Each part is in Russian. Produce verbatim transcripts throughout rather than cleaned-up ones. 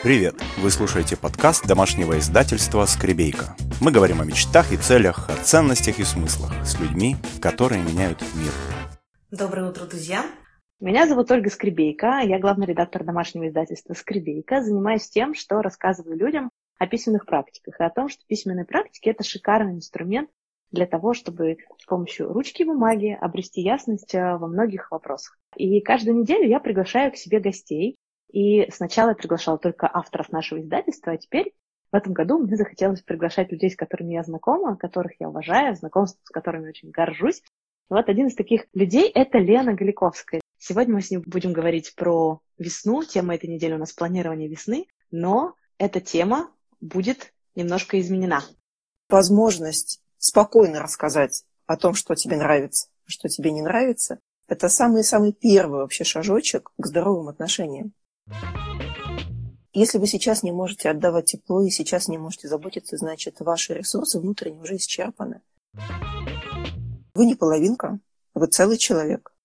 Привет! Вы слушаете подкаст домашнего издательства «Скребейка». Мы говорим о мечтах и целях, о ценностях и смыслах с людьми, которые меняют мир. Доброе утро, друзья! Меня зовут Ольга Скребейка, я главный редактор домашнего издательства «Скребейка». Занимаюсь тем, что рассказываю людям о письменных практиках и о том, что письменные практики – это шикарный инструмент для того, чтобы с помощью ручки и бумаги обрести ясность во многих вопросах. И каждую неделю я приглашаю к себе гостей. И сначала я приглашала только авторов нашего издательства, а теперь в этом году мне захотелось приглашать людей, с которыми я знакома, которых я уважаю, знакомств с которыми очень горжусь. И вот один из таких людей – это Лена Галиковская. Сегодня мы с ней будем говорить про весну. Тема этой недели у нас планирование весны, но эта тема будет немножко изменена. Возможность спокойно рассказать о том, что тебе нравится, что тебе не нравится – это самый-самый первый вообще шажочек к здоровым отношениям. Если вы сейчас не можете отдавать тепло и сейчас не можете заботиться, значит, ваши ресурсы внутренне уже исчерпаны. Вы не половинка, вы целый человек.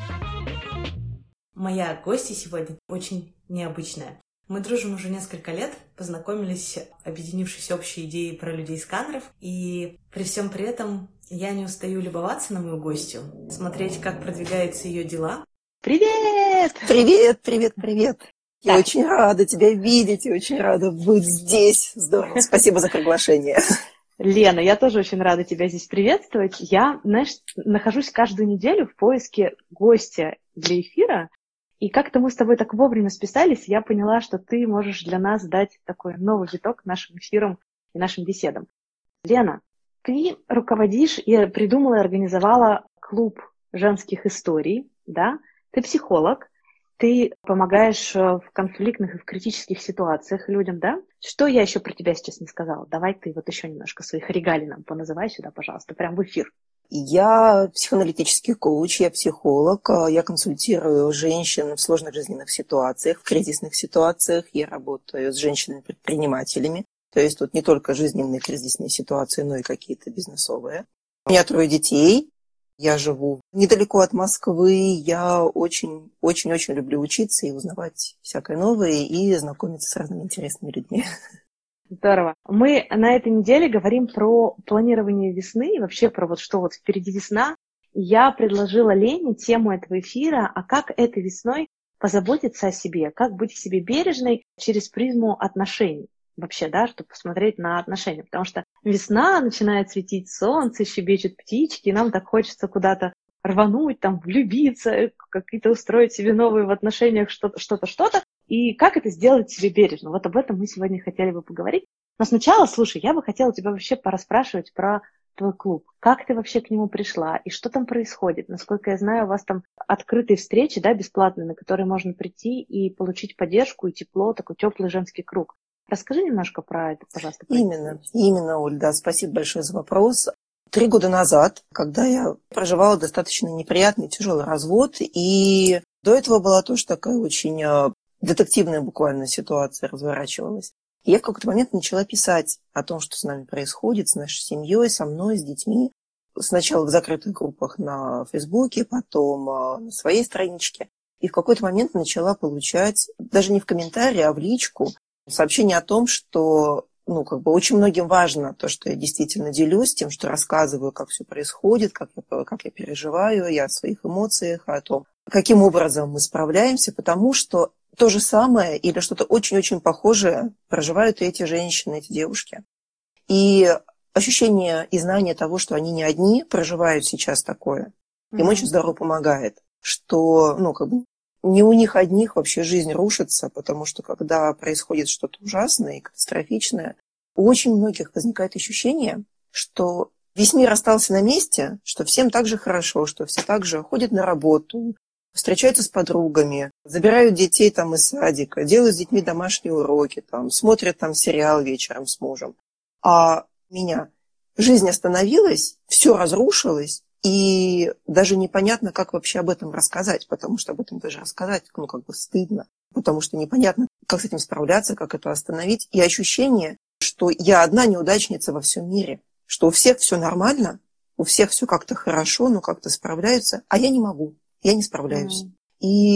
Моя гостья сегодня очень необычная. Мы дружим уже несколько лет, познакомились, объединившись общей идеей про людей-сканеров, и при всем при этом я не устаю любоваться на мою гостью, смотреть, как продвигаются ее дела. Привет! Привет, привет, привет! Я Так. очень рада тебя видеть и очень рада быть здесь. Здорово, спасибо за приглашение. Лена, я тоже очень рада тебя здесь приветствовать. Я, знаешь, нахожусь каждую неделю в поиске гостя для эфира, и как-то мы с тобой так вовремя списались, я поняла, что ты можешь для нас дать такой новый виток нашим эфирам и нашим беседам. Лена, ты руководишь и придумала и организовала клуб женских историй, да? Ты психолог, ты помогаешь в конфликтных и в критических ситуациях людям, да? Что я еще про тебя сейчас не сказала? Давай ты вот еще немножко своих регалий нам поназывай сюда, пожалуйста, прям в эфир. Я психоаналитический коуч, я психолог, я консультирую женщин в сложных жизненных ситуациях, в кризисных ситуациях, я работаю с женщинами-предпринимателями, то есть тут не только жизненные кризисные ситуации, но и какие-то бизнесовые. У меня трое детей. Я живу недалеко от Москвы, я очень-очень-очень люблю учиться и узнавать всякое новое и знакомиться с разными интересными людьми. Здорово. Мы на этой неделе говорим про планирование весны и вообще про вот что вот впереди весна. Я предложила Лене тему этого эфира, а как этой весной позаботиться о себе, как быть к себе бережной через призму отношений. Вообще, да, чтобы посмотреть на отношения. Потому что весна, начинает светить солнце, щебечут птички, и нам так хочется куда-то рвануть, там, влюбиться, какие-то устроить себе новые в отношениях что-то, что-то, что-то. И как это сделать себе бережно? Вот об этом мы сегодня хотели бы поговорить. Но сначала, слушай, я бы хотела тебя вообще пораспрашивать про твой клуб. Как ты вообще к нему пришла? И что там происходит? Насколько я знаю, у вас там открытые встречи, да, бесплатные, на которые можно прийти и получить поддержку и тепло, такой теплый женский круг. Расскажи немножко про это, пожалуйста. Про именно, это. именно, Оль, да, спасибо большое за вопрос. Три года назад, когда я проживала достаточно неприятный, тяжелый развод, и до этого была тоже такая очень детективная буквально ситуация разворачивалась. И я в какой-то момент начала писать о том, что с нами происходит, с нашей семьей, со мной, с детьми. Сначала в закрытых группах на Фейсбуке, потом на своей страничке. И в какой-то момент начала получать, даже не в комментарии, а в личку, сообщение о том, что ну, как бы очень многим важно то, что я действительно делюсь тем, что рассказываю, как все происходит, как я, как я переживаю, я о своих эмоциях, о том, каким образом мы справляемся, потому что то же самое или что-то очень-очень похожее проживают и эти женщины, эти девушки. И ощущение и знание того, что они не одни, проживают сейчас такое, им mm-hmm. очень здорово помогает, что, ну, как бы, не у них одних вообще жизнь рушится, потому что когда происходит что-то ужасное и катастрофичное, у очень многих возникает ощущение, что весь мир остался на месте, что всем так же хорошо, что все так же ходят на работу, встречаются с подругами, забирают детей там из садика, делают с детьми домашние уроки, там, смотрят там сериал вечером с мужем. А у меня жизнь остановилась, все разрушилось, и даже непонятно, как вообще об этом рассказать, потому что об этом даже рассказать, ну, как бы стыдно, потому что непонятно, как с этим справляться, как это остановить. И ощущение, что я одна неудачница во всем мире, что у всех все нормально, у всех все как-то хорошо, но как-то справляются, а я не могу, я не справляюсь. Mm. И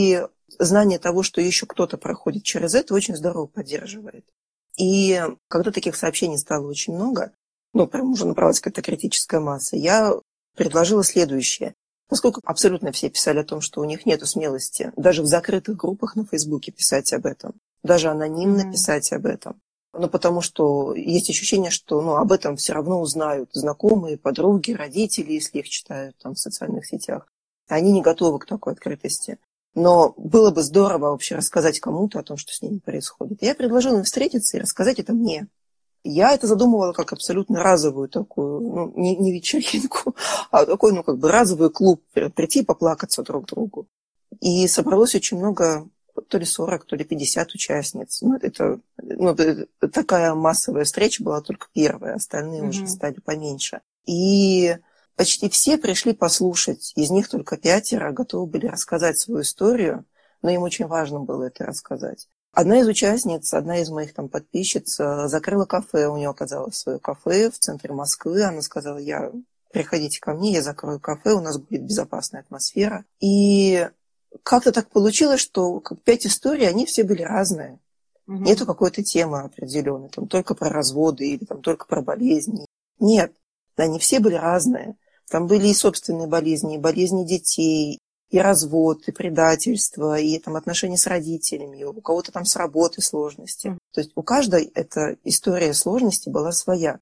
знание того, что еще кто-то проходит через это, очень здорово поддерживает. И когда таких сообщений стало очень много, ну, прям уже набралась какая-то критическая масса, я предложила следующее. Поскольку абсолютно все писали о том, что у них нет смелости даже в закрытых группах на Фейсбуке писать об этом, даже анонимно mm-hmm. писать об этом. Ну, потому что есть ощущение, что ну, об этом все равно узнают знакомые, подруги, родители, если их читают там в социальных сетях. Они не готовы к такой открытости. Но было бы здорово вообще рассказать кому-то о том, что с ними происходит. Я предложила им встретиться и рассказать это мне. Я это задумывала как абсолютно разовую такую, ну, не, не вечеринку, а такой, ну, как бы разовый клуб, прийти и поплакаться друг другу. И собралось очень много, то ли сорок, то ли пятьдесят участниц. Ну, это, ну, такая массовая встреча была только первая, остальные mm-hmm. уже стали поменьше. И почти все пришли послушать, из них только пятеро готовы были рассказать свою историю, но им очень важно было это рассказать. Одна из участниц, одна из моих там подписчиц закрыла кафе, у нее оказалось свое кафе в центре Москвы. Она сказала, я, приходите ко мне, я закрою кафе, у нас будет безопасная атмосфера. И как-то так получилось, что пять историй, они все были разные. Угу. Нету какой-то темы определенной, там только про разводы или там только про болезни. Нет, они все были разные. Там были и собственные болезни, и болезни детей, и развод, и предательство, и там отношения с родителями, и у кого-то там с работой сложности. Mm. То есть у каждой эта история сложности была своя.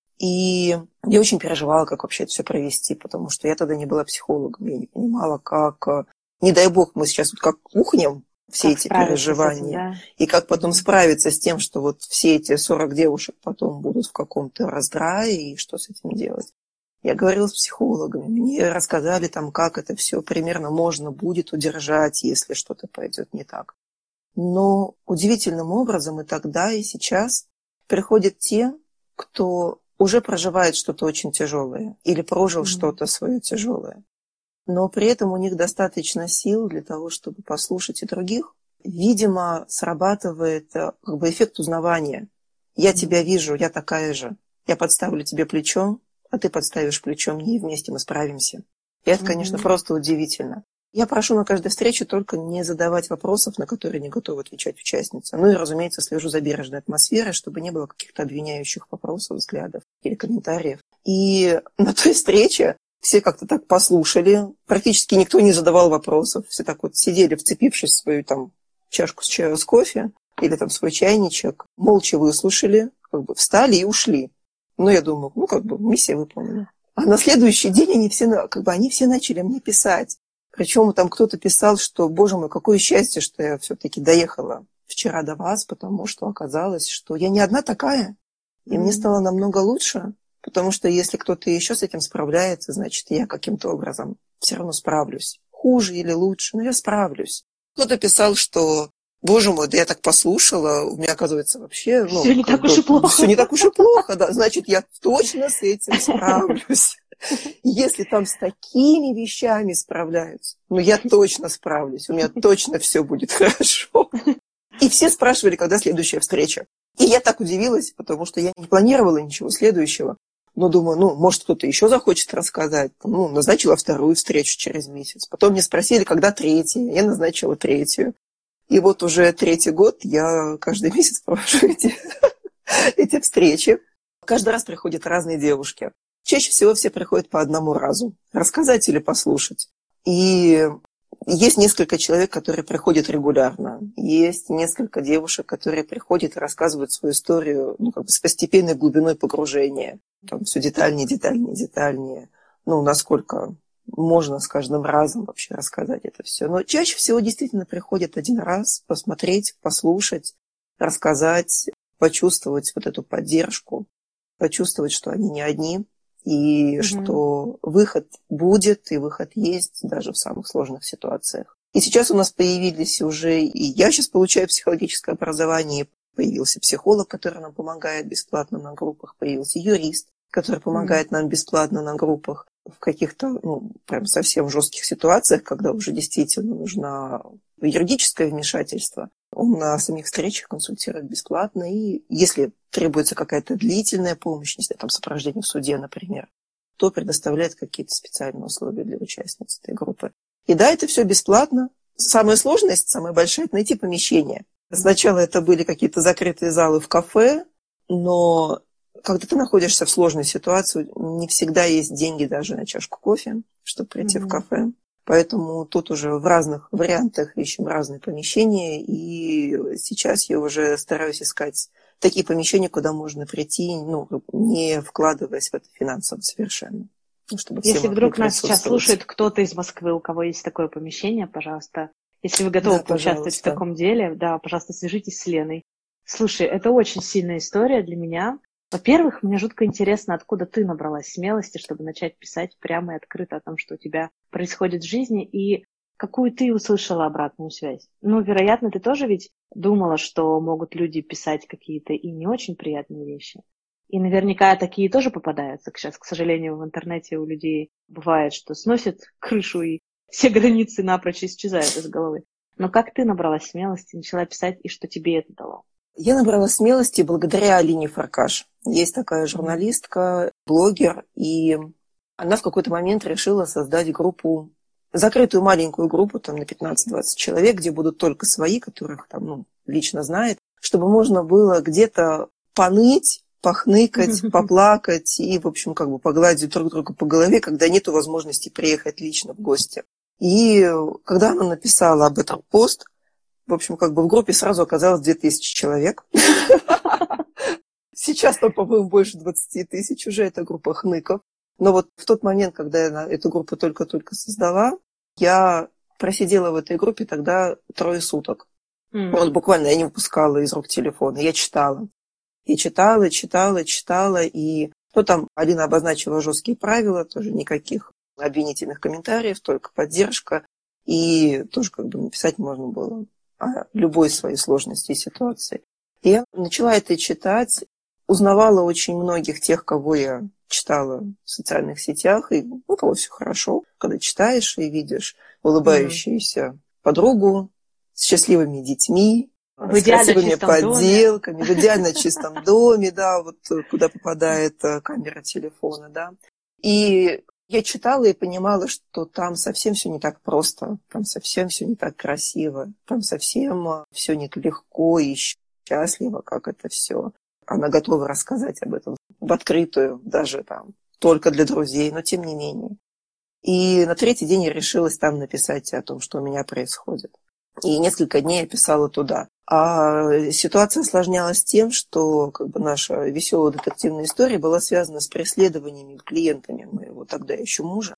И я очень переживала, как вообще это все провести, потому что я тогда не была психологом, я не понимала, как, не дай бог, мы сейчас вот как ухнем все как эти переживания, этим, да? И как потом mm. справиться с тем, что вот все эти сорок девушек потом будут в каком-то раздрае, и что с этим делать. Я говорила с психологами, мне рассказали там, как это все примерно можно будет удержать, если что-то пойдет не так. Но удивительным образом и тогда, и сейчас приходят те, кто уже проживает что-то очень тяжелое или прожил mm-hmm. что-то свое тяжелое. Но при этом у них достаточно сил для того, чтобы послушать и других. Видимо, срабатывает как бы эффект узнавания. Я mm-hmm. тебя вижу, я такая же. Я подставлю тебе плечо, а ты подставишь плечо мне, и вместе мы справимся. И это, конечно, mm-hmm. просто удивительно. Я прошу на каждой встрече только не задавать вопросов, на которые не готовы отвечать участницы. Ну и, разумеется, слежу за бережной атмосферой, чтобы не было каких-то обвиняющих вопросов, взглядов или комментариев. И на той встрече все как-то так послушали. Практически никто не задавал вопросов. Все так вот сидели, вцепившись в свою там чашку с чаем с кофе или там свой чайничек, молча выслушали, как бы встали и ушли. Ну, я думаю, ну, как бы миссия выполнена. А на следующий день они все, как бы, они все начали мне писать. Причем там кто-то писал, что, боже мой, какое счастье, что я все-таки доехала вчера до вас, потому что оказалось, что я не одна такая. И mm-hmm. мне стало намного лучше, потому что если кто-то еще с этим справляется, значит, я каким-то образом все равно справлюсь. Хуже или лучше, но я справлюсь. Кто-то писал, что... Боже мой, да я так послушала, у меня, оказывается, вообще... Ну, все не так уж и плохо. Все не так уж и плохо, да. Значит, я точно с этим справлюсь. Если там с такими вещами справляются, ну, я точно справлюсь, у меня точно все будет хорошо. И все спрашивали, когда следующая встреча. И я так удивилась, потому что я не планировала ничего следующего. Но думаю, ну, может, кто-то еще захочет рассказать. Ну, назначила вторую встречу через месяц. Потом мне спросили, когда третья. Я назначила третью. И вот уже третий год я каждый месяц провожу эти, эти встречи. Каждый раз приходят разные девушки. Чаще всего все приходят по одному разу. Рассказать или послушать. И есть несколько человек, которые приходят регулярно. Есть несколько девушек, которые приходят и рассказывают свою историю, ну, как бы с постепенной глубиной погружения. Там все детальнее, детальнее, детальнее. Ну, насколько... можно с каждым разом вообще рассказать это все. Но чаще всего действительно приходят один раз посмотреть, послушать, рассказать, почувствовать вот эту поддержку, почувствовать, что они не одни, и mm-hmm. что выход будет, и выход есть даже в самых сложных ситуациях. И сейчас у нас появились уже, и я сейчас получаю психологическое образование, появился психолог, который нам помогает бесплатно на группах, появился юрист, который помогает mm-hmm. нам бесплатно на группах. В каких-то, ну, прям совсем жестких ситуациях, когда уже действительно нужно юридическое вмешательство, он на самих встречах консультирует бесплатно. И если требуется какая-то длительная помощь, если там сопровождение в суде, например, то предоставляет какие-то специальные условия для участниц этой группы. И да, это все бесплатно. самая сложность, самая большая, это найти помещение. Сначала это были какие-то закрытые залы в кафе, но когда ты находишься в сложной ситуации, не всегда есть деньги даже на чашку кофе, чтобы прийти mm-hmm. в кафе. Поэтому тут уже в разных вариантах ищем разные помещения, и сейчас я уже стараюсь искать такие помещения, куда можно прийти, ну, не вкладываясь в это финансово совершенно. Ну, чтобы если вдруг нас сейчас слушает кто-то из Москвы, у кого есть такое помещение, пожалуйста, если вы готовы да, поучаствовать в таком деле, да, пожалуйста, свяжитесь с Леной. Слушай, это очень сильная история для меня. Во-первых, мне жутко интересно, откуда ты набралась смелости, чтобы начать писать прямо и открыто о том, что у тебя происходит в жизни, и какую ты услышала обратную связь. Ну, вероятно, ты тоже ведь думала, что могут люди писать какие-то и не очень приятные вещи. И наверняка такие тоже попадаются. Сейчас, к сожалению, в интернете у людей бывает, что сносит крышу, и все границы напрочь исчезают из головы. Но как ты набралась смелости, начала писать, и что тебе это дало? Я набралась смелости благодаря Алине Фаркаш. Есть такая журналистка, блогер, и она в какой-то момент решила создать группу, закрытую маленькую группу там, на пятнадцать-двадцать человек, где будут только свои, которых там, ну, лично знает, чтобы можно было где-то поныть, похныкать, поплакать и, в общем, как бы погладить друг друга по голове, когда нет возможности приехать лично в гости. И когда она написала об этом пост, в общем, как бы в группе сразу оказалось две тысячи человек. Сейчас там, по-моему, больше двадцать тысяч уже эта группа хныков. Но вот в тот момент, когда я эту группу только-только создала, я просидела в этой группе тогда трое суток. Mm. Вот буквально я не выпускала из рук телефона, я читала. И читала, читала, читала. И ну, там Алина обозначила жесткие правила, тоже никаких обвинительных комментариев, только поддержка. И тоже как бы написать можно было о любой своей сложности и ситуации. И я начала это читать, узнавала очень многих тех, кого я читала в социальных сетях, и ну, у кого все хорошо, когда читаешь и видишь улыбающуюся mm-hmm. подругу с счастливыми детьми, в с красивыми подделками, доме. в идеально чистом доме, да, вот куда попадает камера телефона, да. И я читала и понимала, что там совсем все не так просто, там совсем все не так красиво, там совсем все не так легко и счастливо, как это все. Она готова рассказать об этом в открытую, даже там, только для друзей, но тем не менее. И на третий день я решилась там написать о том, что у меня происходит. И несколько дней я писала туда. А ситуация осложнялась тем, что как бы, наша веселая детективная история была связана с преследованиями клиентами моего тогда еще мужа.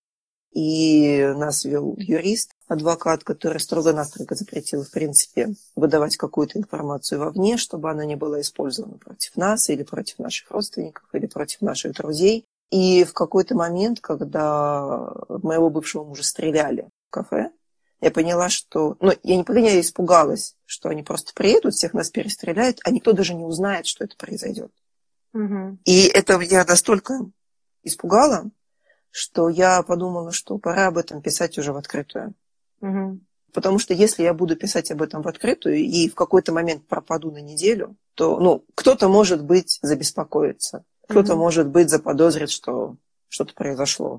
И нас вел юрист, адвокат, который строго-настрого запретил, в принципе, выдавать какую-то информацию вовне, чтобы она не была использована против нас или против наших родственников, или против наших друзей. И в какой-то момент, когда моего бывшего мужа стреляли в кафе, я поняла, что... Ну, я не поняла, я испугалась, что они просто приедут, всех нас перестреляют, а никто даже не узнает, что это произойдет. Угу. И это я настолько испугала, что я подумала, что пора об этом писать уже в открытую. Угу. Потому что если я буду писать об этом в открытую и в какой-то момент пропаду на неделю, то ну, кто-то, может быть, забеспокоится, кто-то, угу. может быть, заподозрит, что что-то произошло.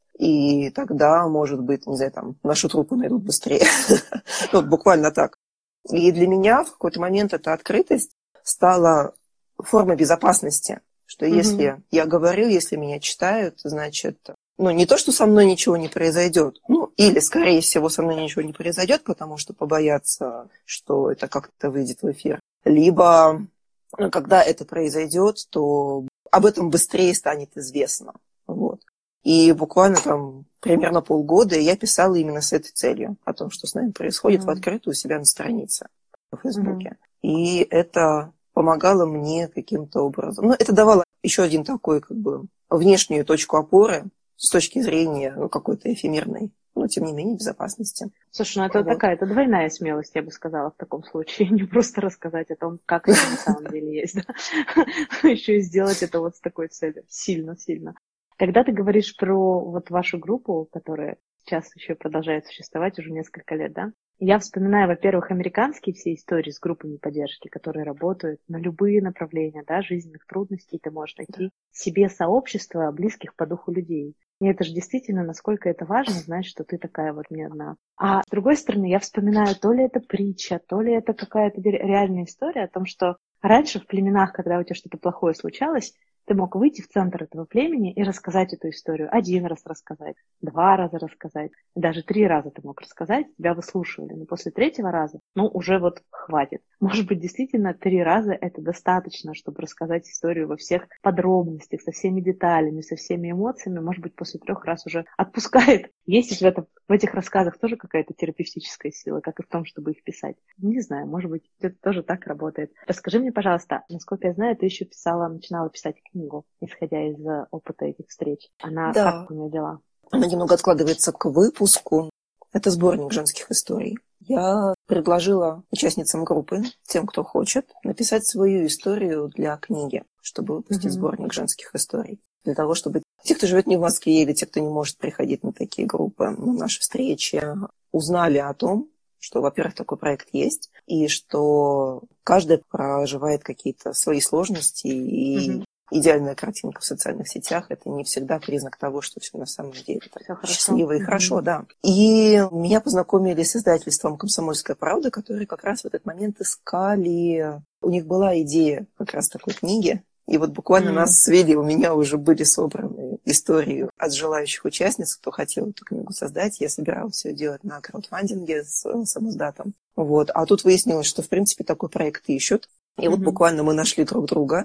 И тогда, может быть, не знаю, там, нашу труппу найдут быстрее. Ну, буквально так. И для меня в какой-то момент эта открытость стала формой безопасности. Что если я говорю, если меня читают, значит, ну, не то, что со мной ничего не произойдет, ну, или, скорее всего, со мной ничего не произойдет, потому что побоятся, что это как-то выйдет в эфир. Либо, ну, когда это произойдет, то об этом быстрее станет известно. Вот. И буквально там примерно полгода я писала именно с этой целью, о том, что с нами происходит mm-hmm. в открытую у себя на странице в Фейсбуке. Mm-hmm. И это помогало мне каким-то образом. Ну, это давало еще один такой, как бы, внешнюю точку опоры с точки зрения ну, какой-то эфемерной, но, тем не менее, безопасности. Слушай, ну это вот. такая, это двойная смелость, я бы сказала, в таком случае. Не просто рассказать о том, как это на самом деле есть, да? Еще и сделать это вот с такой целью. Сильно, сильно. Когда ты говоришь про вот вашу группу, которая сейчас еще продолжает существовать уже несколько лет, да? Я вспоминаю, во-первых, американские все истории с группами поддержки, которые работают на любые направления, да, жизненных трудностей. Ты можешь найти себе сообщество близких по духу людей. И это же действительно, насколько это важно, знать, что ты такая вот не одна. А с другой стороны, я вспоминаю, то ли это притча, то ли это какая-то реальная история о том, что раньше в племенах, когда у тебя что-то плохое случалось, ты мог выйти в центр этого племени и рассказать эту историю. Один раз рассказать, два раза рассказать, даже три раза ты мог рассказать, тебя выслушивали. Но после третьего раза, ну, уже вот хватит. Может быть, действительно, три раза это достаточно, чтобы рассказать историю во всех подробностях, со всеми деталями, со всеми эмоциями. Может быть, после трех раз уже отпускает. Есть в, этом, в этих рассказах тоже какая-то терапевтическая сила, как и в том, чтобы их писать. Не знаю, может быть, это тоже так работает. Расскажи мне, пожалуйста, насколько я знаю, ты еще писала, начинала писать книгу, исходя из опыта этих встреч. Она, Да. как у нее дела? Она немного откладывается к выпуску. Это сборник женских историй. Я предложила участницам группы, тем, кто хочет, написать свою историю для книги, чтобы выпустить mm-hmm. сборник женских историй. Для того, чтобы те, кто живет не в Москве, или те, кто не может приходить на такие группы, на наши встречи, узнали о том, что, во-первых, такой проект есть, и что каждый проживает какие-то свои сложности, и mm-hmm. идеальная картинка в социальных сетях – это не всегда признак того, что все на самом деле так счастливо и mm-hmm. хорошо, да. И меня познакомили с издательством «Комсомольская правда», которые как раз в этот момент искали… У них была идея как раз такой книги, и вот буквально mm-hmm. нас свели, у меня уже были собраны истории от желающих участниц, кто хотел эту книгу создать. Я собиралась все делать на краудфандинге с самоздатом. Вот. А тут выяснилось, что, в принципе, такой проект ищут. И mm-hmm. вот буквально мы нашли друг друга.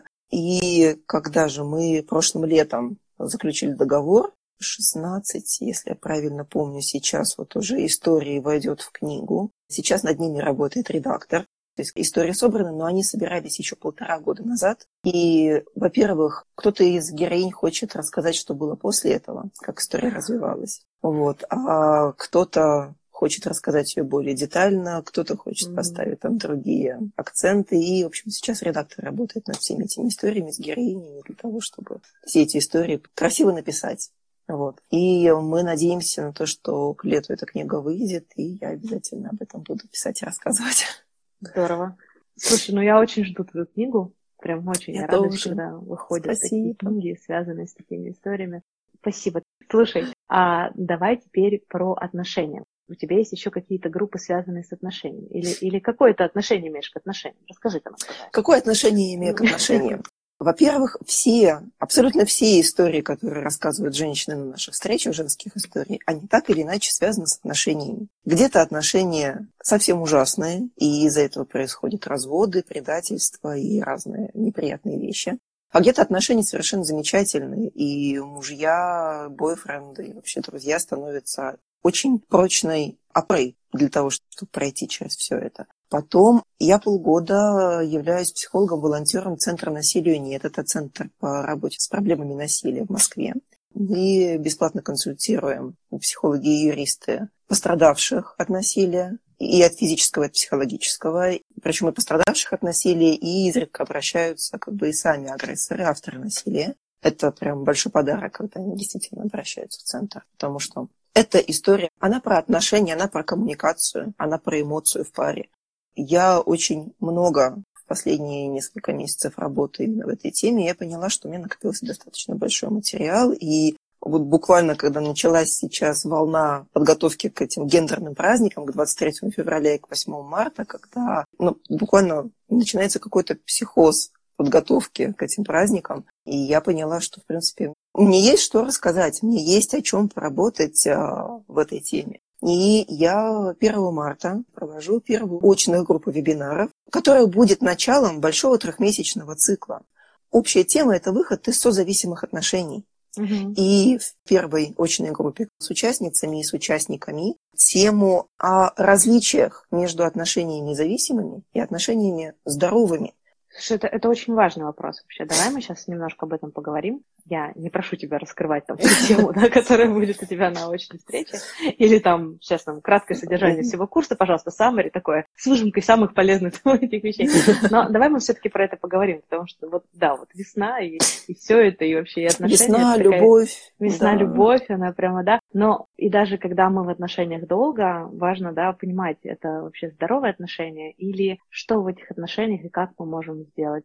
И когда же мы прошлым летом заключили договор, шестнадцать, если я правильно помню, сейчас вот уже истории войдет в книгу. Сейчас над ними работает редактор. То есть истории собраны, но они собирались еще полтора года назад. И, во-первых, кто-то из героинь хочет рассказать, что было после этого, как история развивалась. Вот. А кто-то хочет рассказать ее более детально, кто-то хочет mm-hmm. поставить там другие акценты. И, в общем, сейчас редактор работает над всеми этими историями с героинями для того, чтобы все эти истории красиво написать. Вот. И мы надеемся на то, что к лету эта книга выйдет, и я обязательно об этом буду писать и рассказывать. Здорово. Слушай, ну я очень жду твою книгу. Прям очень я, я радуюсь, когда выходят Спасибо. Такие книги, связанные с такими историями. Спасибо. Слушай, а давай теперь про отношения. У тебя есть еще какие-то группы, связанные с отношениями? Или, или какое-то отношение имеешь к отношениям? Расскажи нам. Какое отношение я имею к отношениям? Во-первых, все, абсолютно все истории, которые рассказывают женщины на наших встречах, женских историй, они так или иначе связаны с отношениями. Где-то отношения совсем ужасные, и из-за этого происходят разводы, предательства и разные неприятные вещи. А где-то отношения совершенно замечательные, и мужья, бойфренды, и вообще друзья становятся очень прочной опорой для того, чтобы пройти через все это. Потом я полгода являюсь психологом-волонтером Центра насилию нет. Это центр по работе с проблемами насилия в Москве. Мы бесплатно консультируем психологи и юристы пострадавших от насилия, и от физического, и от психологического. Причем и пострадавших от насилия, и изредка обращаются как бы и сами агрессоры, авторы насилия. Это прям большой подарок, когда они действительно обращаются в центр, потому что эта история, она про отношения, она про коммуникацию, она про эмоцию в паре. Я очень много в последние несколько месяцев работаю именно в этой теме, и я поняла, что у меня накопился достаточно большой материал, и вот буквально, когда началась сейчас волна подготовки к этим гендерным праздникам, к двадцать третьему февраля и к восьмому марта, когда ну, буквально начинается какой-то психоз подготовки к этим праздникам, и я поняла, что, в принципе, мне есть что рассказать, мне есть о чем поработать а, в этой теме. И я первого марта провожу первую очную группу вебинаров, которая будет началом большого трехмесячного цикла. Общая тема – это выход из созависимых отношений. Угу. И в первой очной группе с участницами и с участниками тему о различиях между отношениями зависимыми и отношениями здоровыми. Слушай, это, это очень важный вопрос вообще. Давай мы сейчас немножко об этом поговорим. Я не прошу тебя раскрывать там всю тему, да, которая будет у тебя на очной встрече. Или там, сейчас там, краткое содержание всего курса, пожалуйста, summary такое, с выжимкой самых полезных этих вещей. Но давай мы все-таки про это поговорим, потому что вот, да, вот весна и, и все это, и вообще и отношения. Весна, такая, любовь. Весна, да. любовь, она прямо, да. Но и даже когда мы в отношениях долго, важно, да, понимать, это вообще здоровые отношения или что в этих отношениях и как мы можем сделать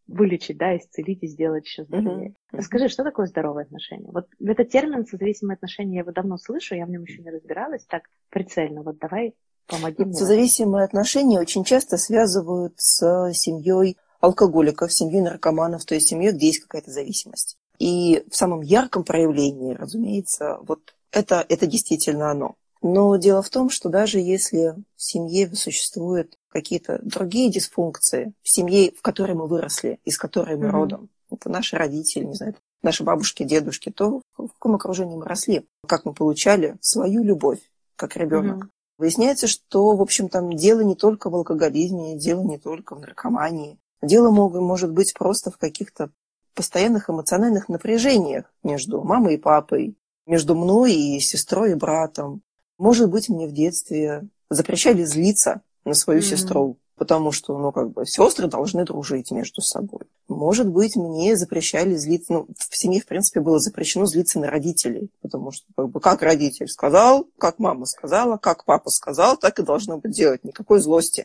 вылечить, да, исцелить и сделать еще здоровее. Uh-huh. Расскажи, что такое здоровые отношения? Вот этот термин «созависимые отношения» я его давно слышу, я в нем еще не разбиралась так прицельно. Вот давай помоги мне. Созависимые отношения очень часто связывают с семьей алкоголиков, семьей наркоманов, то есть семьей, где есть какая-то зависимость. И в самом ярком проявлении, разумеется, вот это, это действительно оно. Но дело в том, что даже если в семье существуют какие-то другие дисфункции, в семье, в которой мы выросли, из которой мы mm-hmm. родом, это наши родители, не знаю, наши бабушки, дедушки, то в каком окружении мы росли, как мы получали свою любовь, как ребенок. Mm-hmm. Выясняется, что, в общем, там дело не только в алкоголизме, дело не только в наркомании. Дело может быть просто в каких-то постоянных эмоциональных напряжениях между мамой и папой, между мной и сестрой и братом. Может быть, мне в детстве запрещали злиться на свою mm-hmm. сестру, потому что, ну, как бы, сестры должны дружить между собой. Может быть, мне запрещали злиться, ну, в семье, в принципе, было запрещено злиться на родителей, потому что, как бы, как родитель сказал, как мама сказала, как папа сказал, так и должно быть делать, никакой злости.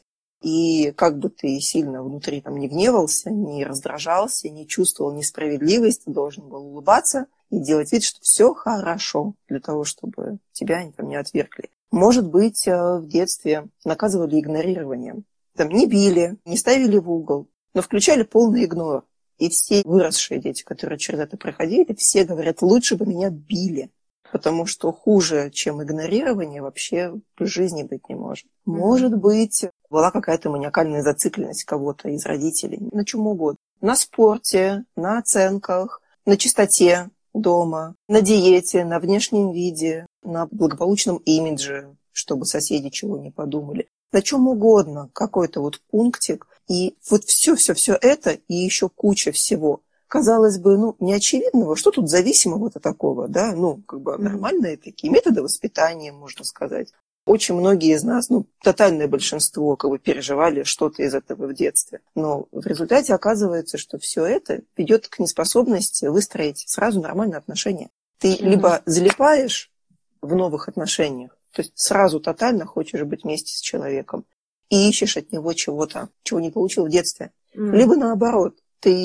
И как бы ты сильно внутри там не гневался, не раздражался, не чувствовал несправедливости, ты должен был улыбаться и делать вид, что все хорошо, для того, чтобы тебя там не отвергли. Может быть, в детстве наказывали игнорированием. Там не били, не ставили в угол, но включали полный игнор. И все выросшие дети, которые через это проходили, все говорят, лучше бы меня били. Потому что хуже, чем игнорирование, вообще в жизни быть не может. Mm-hmm. Может быть, была какая-то маниакальная зацикленность кого-то из родителей. На чем угодно. На спорте, на оценках, на чистоте дома, на диете, на внешнем виде, на благополучном имидже, чтобы соседи чего не подумали. На чем угодно. Какой-то вот пунктик. И вот все-все-все это и еще куча всего. Казалось бы, ну, неочевидного, что тут зависимого-то такого, да, ну, как бы нормальные такие методы воспитания, можно сказать. Очень многие из нас, ну, тотальное большинство, как бы переживали что-то из этого в детстве. Но в результате оказывается, что все это ведет к неспособности выстроить сразу нормальные отношения. Ты mm-hmm. либо залипаешь в новых отношениях, то есть сразу тотально хочешь быть вместе с человеком и ищешь от него чего-то, чего не получил в детстве. Mm-hmm. Либо наоборот.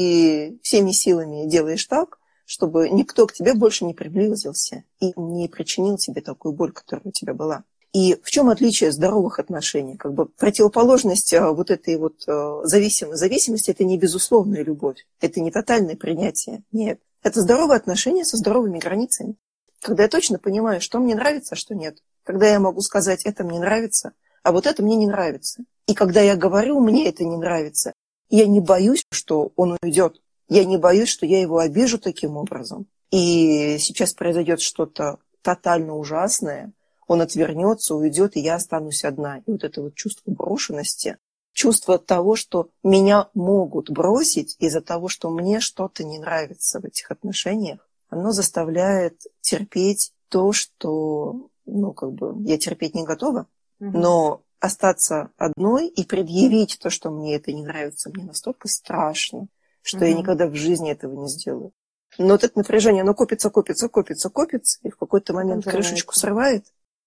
Ты всеми силами делаешь так, чтобы никто к тебе больше не приблизился и не причинил тебе такую боль, которая у тебя была. И в чем отличие здоровых отношений? Как бы противоположность вот этой вот зависимости. Зависимость – это не безусловная любовь, это не тотальное принятие. Нет, это здоровые отношения со здоровыми границами. Когда я точно понимаю, что мне нравится, а что нет. Когда я могу сказать, это мне нравится, а вот это мне не нравится. И когда я говорю, мне это не нравится, я не боюсь, что он уйдет. Я не боюсь, что я его обижу таким образом. И сейчас произойдет что-то тотально ужасное. Он отвернется, уйдет, и я останусь одна. И вот это вот чувство брошенности, чувство того, что меня могут бросить из-за того, что мне что-то не нравится в этих отношениях, оно заставляет терпеть то, что, ну, как бы, я терпеть не готова, mm-hmm. но остаться одной и предъявить то, что мне это не нравится, мне настолько страшно, что mm-hmm. я никогда в жизни этого не сделаю. Но вот это напряжение, оно копится, копится, копится, копится, и в какой-то момент mm-hmm. крышечку срывает.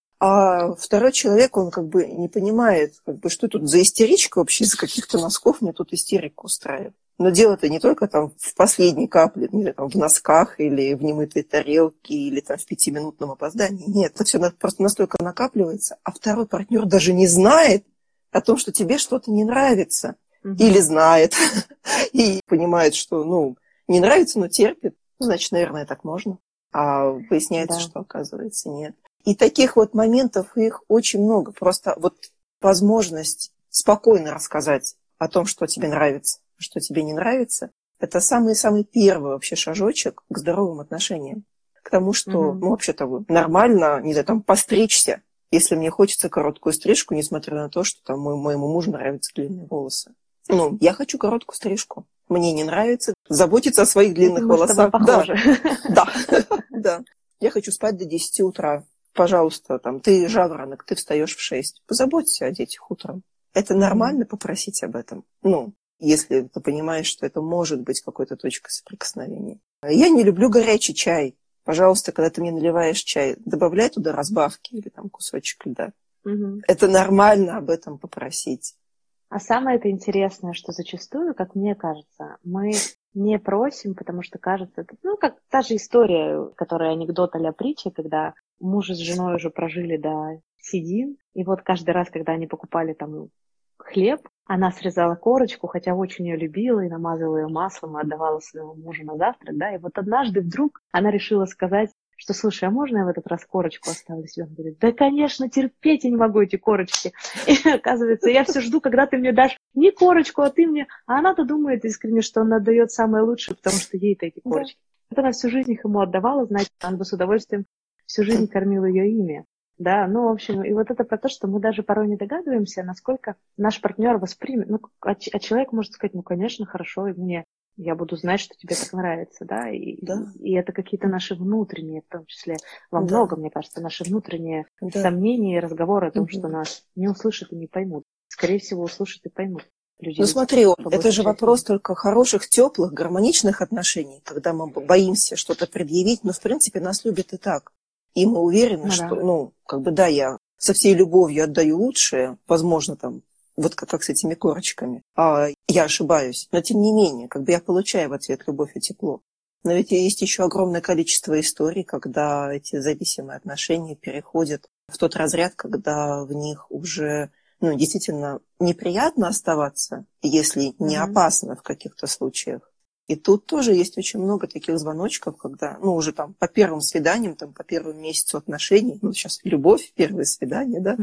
А второй человек, он как бы не понимает, как бы, что тут за истеричка вообще, из каких-то носков мне тут истерику устраивает. Но дело-то не только там в последней капле, или там в носках, или в немытой тарелке, или там в пятиминутном опоздании. Нет, это все просто настолько накапливается, а второй партнер даже не знает о том, что тебе что-то не нравится. Mm-hmm. Или знает, и понимает, что, ну, не нравится, но терпит. Значит, наверное, так можно. А выясняется, да. что, оказывается, нет. И таких вот моментов их очень много. Просто вот возможность спокойно рассказать о том, что тебе нравится, что тебе не нравится, это самый-самый первый вообще шажочек к здоровым отношениям. К тому, что, mm-hmm. ну, вообще-то нормально, не знаю, там, постричься, если мне хочется короткую стрижку, несмотря на то, что там моему мужу нравятся длинные волосы. Ну, я хочу короткую стрижку. Мне не нравится заботиться о своих длинных волосах. Да, да, да. Я хочу спать до десяти утра. Пожалуйста, там, ты жаворонок, ты встаешь в шесть. Позаботься о детях утром. Это нормально попросить об этом. Ну, если ты понимаешь, что это может быть какой-то точкой соприкосновения. Я не люблю горячий чай. Пожалуйста, когда ты мне наливаешь чай, добавляй туда разбавки или там кусочек льда. Угу. Это нормально об этом попросить. А самое это интересное, что зачастую, как мне кажется, мы не просим, потому что кажется, это, ну, как та же история, которая анекдот а-ля притча, когда муж с женой уже прожили до седин, и вот каждый раз, когда они покупали там хлеб, она срезала корочку, хотя очень ее любила, и намазала ее маслом, и отдавала своему мужу на завтрак, да, и вот однажды вдруг она решила сказать, что, слушай, а можно я в этот раз корочку оставлю себе? Он говорит, да, конечно, терпеть я не могу эти корочки. И оказывается, я все жду, когда ты мне дашь не корочку, а ты мне... А она-то думает искренне, что она дает самое лучшее, потому что ей-то эти корочки. Да. Вот она всю жизнь их ему отдавала, значит, он бы с удовольствием всю жизнь кормил ее ими. Да, ну, в общем, и вот это про то, что мы даже порой не догадываемся, насколько наш партнер воспримет. Ну, а, а человек может сказать, ну, конечно, хорошо, и мне... Я буду знать, что тебе так нравится, да, и, да. и это какие-то наши внутренние, в том числе, во да. многом, мне кажется, наши внутренние да. сомнения и разговоры о том, угу. что нас не услышат и не поймут. Скорее всего, услышат и поймут. Люди ну смотри, это же вопрос только хороших, теплых, гармоничных отношений, когда мы боимся что-то предъявить, но в принципе нас любят и так. И мы уверены, ну, что, да. ну, как бы, да, я со всей любовью отдаю лучшее, возможно, там, вот как, как с этими корочками. А я ошибаюсь. Но тем не менее, как бы я получаю в ответ любовь и тепло. Но ведь есть еще огромное количество историй, когда эти зависимые отношения переходят в тот разряд, когда в них уже ну, действительно неприятно оставаться, если не mm-hmm. опасно в каких-то случаях. И тут тоже есть очень много таких звоночков, когда, ну, уже там по первым свиданиям, там, по первому месяцу отношений, ну, сейчас любовь, первое свидание, да,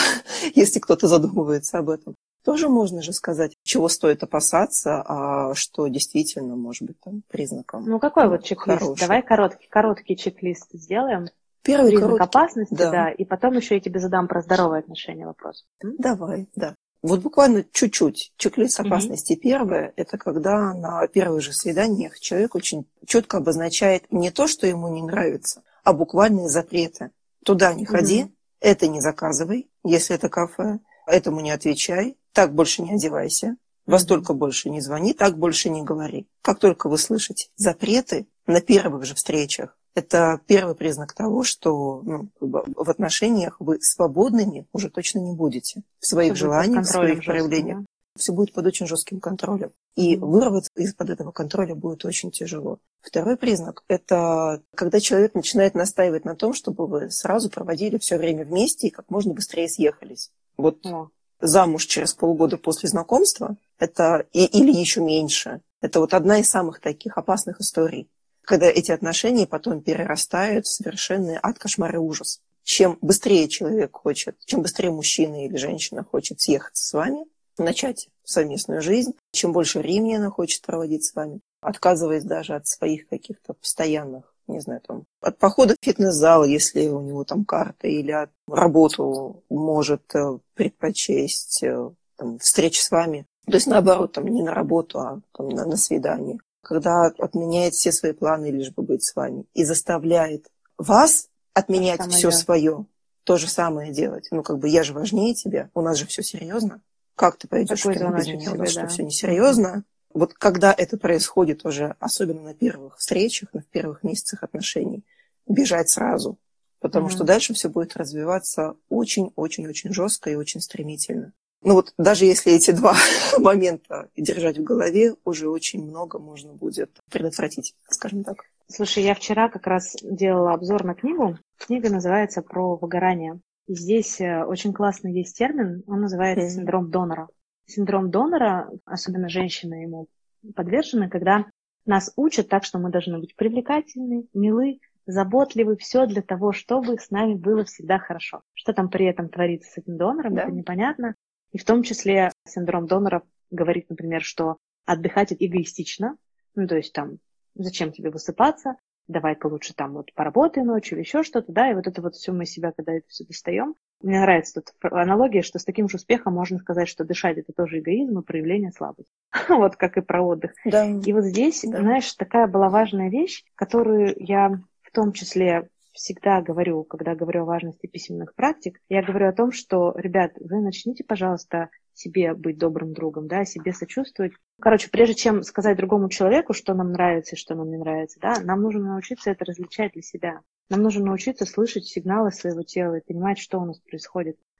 если кто-то задумывается об этом, тоже можно же сказать, чего стоит опасаться, а что действительно может быть там признаком. Ну, какой вот чек-лист? Хороший. Давай короткий, короткий чек-лист сделаем. Первый признак короткий, опасности, да. да, и потом еще я тебе задам про здоровые отношения вопрос. М? Давай, да. Вот буквально чуть-чуть. Чек-лист опасности. Mm-hmm. Первое, это когда на первых же свиданиях человек очень четко обозначает не то, что ему не нравится, а буквальные запреты. Туда не ходи, mm-hmm. это не заказывай, если это кафе, этому не отвечай, так больше не одевайся, во столько mm-hmm. больше не звони, так больше не говори. Как только вы слышите запреты на первых же встречах, это первый признак того, что ну, в отношениях вы свободными уже точно не будете. В своих все желаниях, в своих жестким, проявлениях. Да? Все будет под очень жестким контролем. И mm-hmm. вырваться из-под этого контроля будет очень тяжело. Второй признак – это когда человек начинает настаивать на том, чтобы вы сразу проводили все время вместе и как можно быстрее съехались. Вот mm-hmm. замуж через полгода после знакомства – это и, или еще меньше. Это вот одна из самых таких опасных историй. Когда эти отношения потом перерастают в совершенный ад, кошмар и ужас. Чем быстрее человек хочет, чем быстрее мужчина или женщина хочет съехать с вами, начать совместную жизнь, чем больше времени она хочет проводить с вами, отказываясь даже от своих каких-то постоянных, не знаю, там, от похода в фитнес-зал, если у него там карта, или от работу может предпочесть там, встреч с вами. То есть, наоборот, там, не на работу, а там, на, на свидание. Когда отменяет все свои планы, лишь бы быть с вами, и заставляет вас отменять все свое, то же самое делать. Ну, как бы я же важнее тебя, у нас же все серьезно. Как ты пойдешь в кино без меня? У нас что, все несерьезно? Вот когда это происходит уже, особенно на первых встречах, на первых месяцах отношений, бежать сразу. Потому mm-hmm. что дальше все будет развиваться очень-очень-очень жестко и очень стремительно. Ну вот даже если эти два момента держать в голове, уже очень много можно будет предотвратить, скажем так. Слушай, я вчера как раз делала обзор на книгу. Книга называется «Про выгорание». И здесь очень классный есть термин, он называется mm-hmm. синдром донора. Синдром донора, особенно женщины ему подвержены, когда нас учат так, что мы должны быть привлекательны, милы, заботливы, все для того, чтобы с нами было всегда хорошо. Что там при этом творится с этим донором, да. это непонятно. И в том числе синдром донора говорит, например, что отдыхать эгоистично, ну, то есть там, зачем тебе высыпаться, давай-ка лучше там вот поработай ночью или еще что-то, да, и вот это вот все мы себя, когда это все достаем. Мне нравится тут аналогия, что с таким же успехом можно сказать, что дышать это тоже эгоизм и проявление слабости. Вот как и про отдых. Да. И вот здесь, да. знаешь, такая была важная вещь, которую я в том числе всегда говорю, когда говорю о важности письменных практик, я говорю о том, что, ребят, вы начните, пожалуйста, себе быть добрым другом, да, себе сочувствовать. Короче, прежде чем сказать другому человеку, что нам нравится и что нам не нравится, да, нам нужно научиться это различать для себя. Нам нужно научиться слышать сигналы своего тела и понимать, что у нас происходит.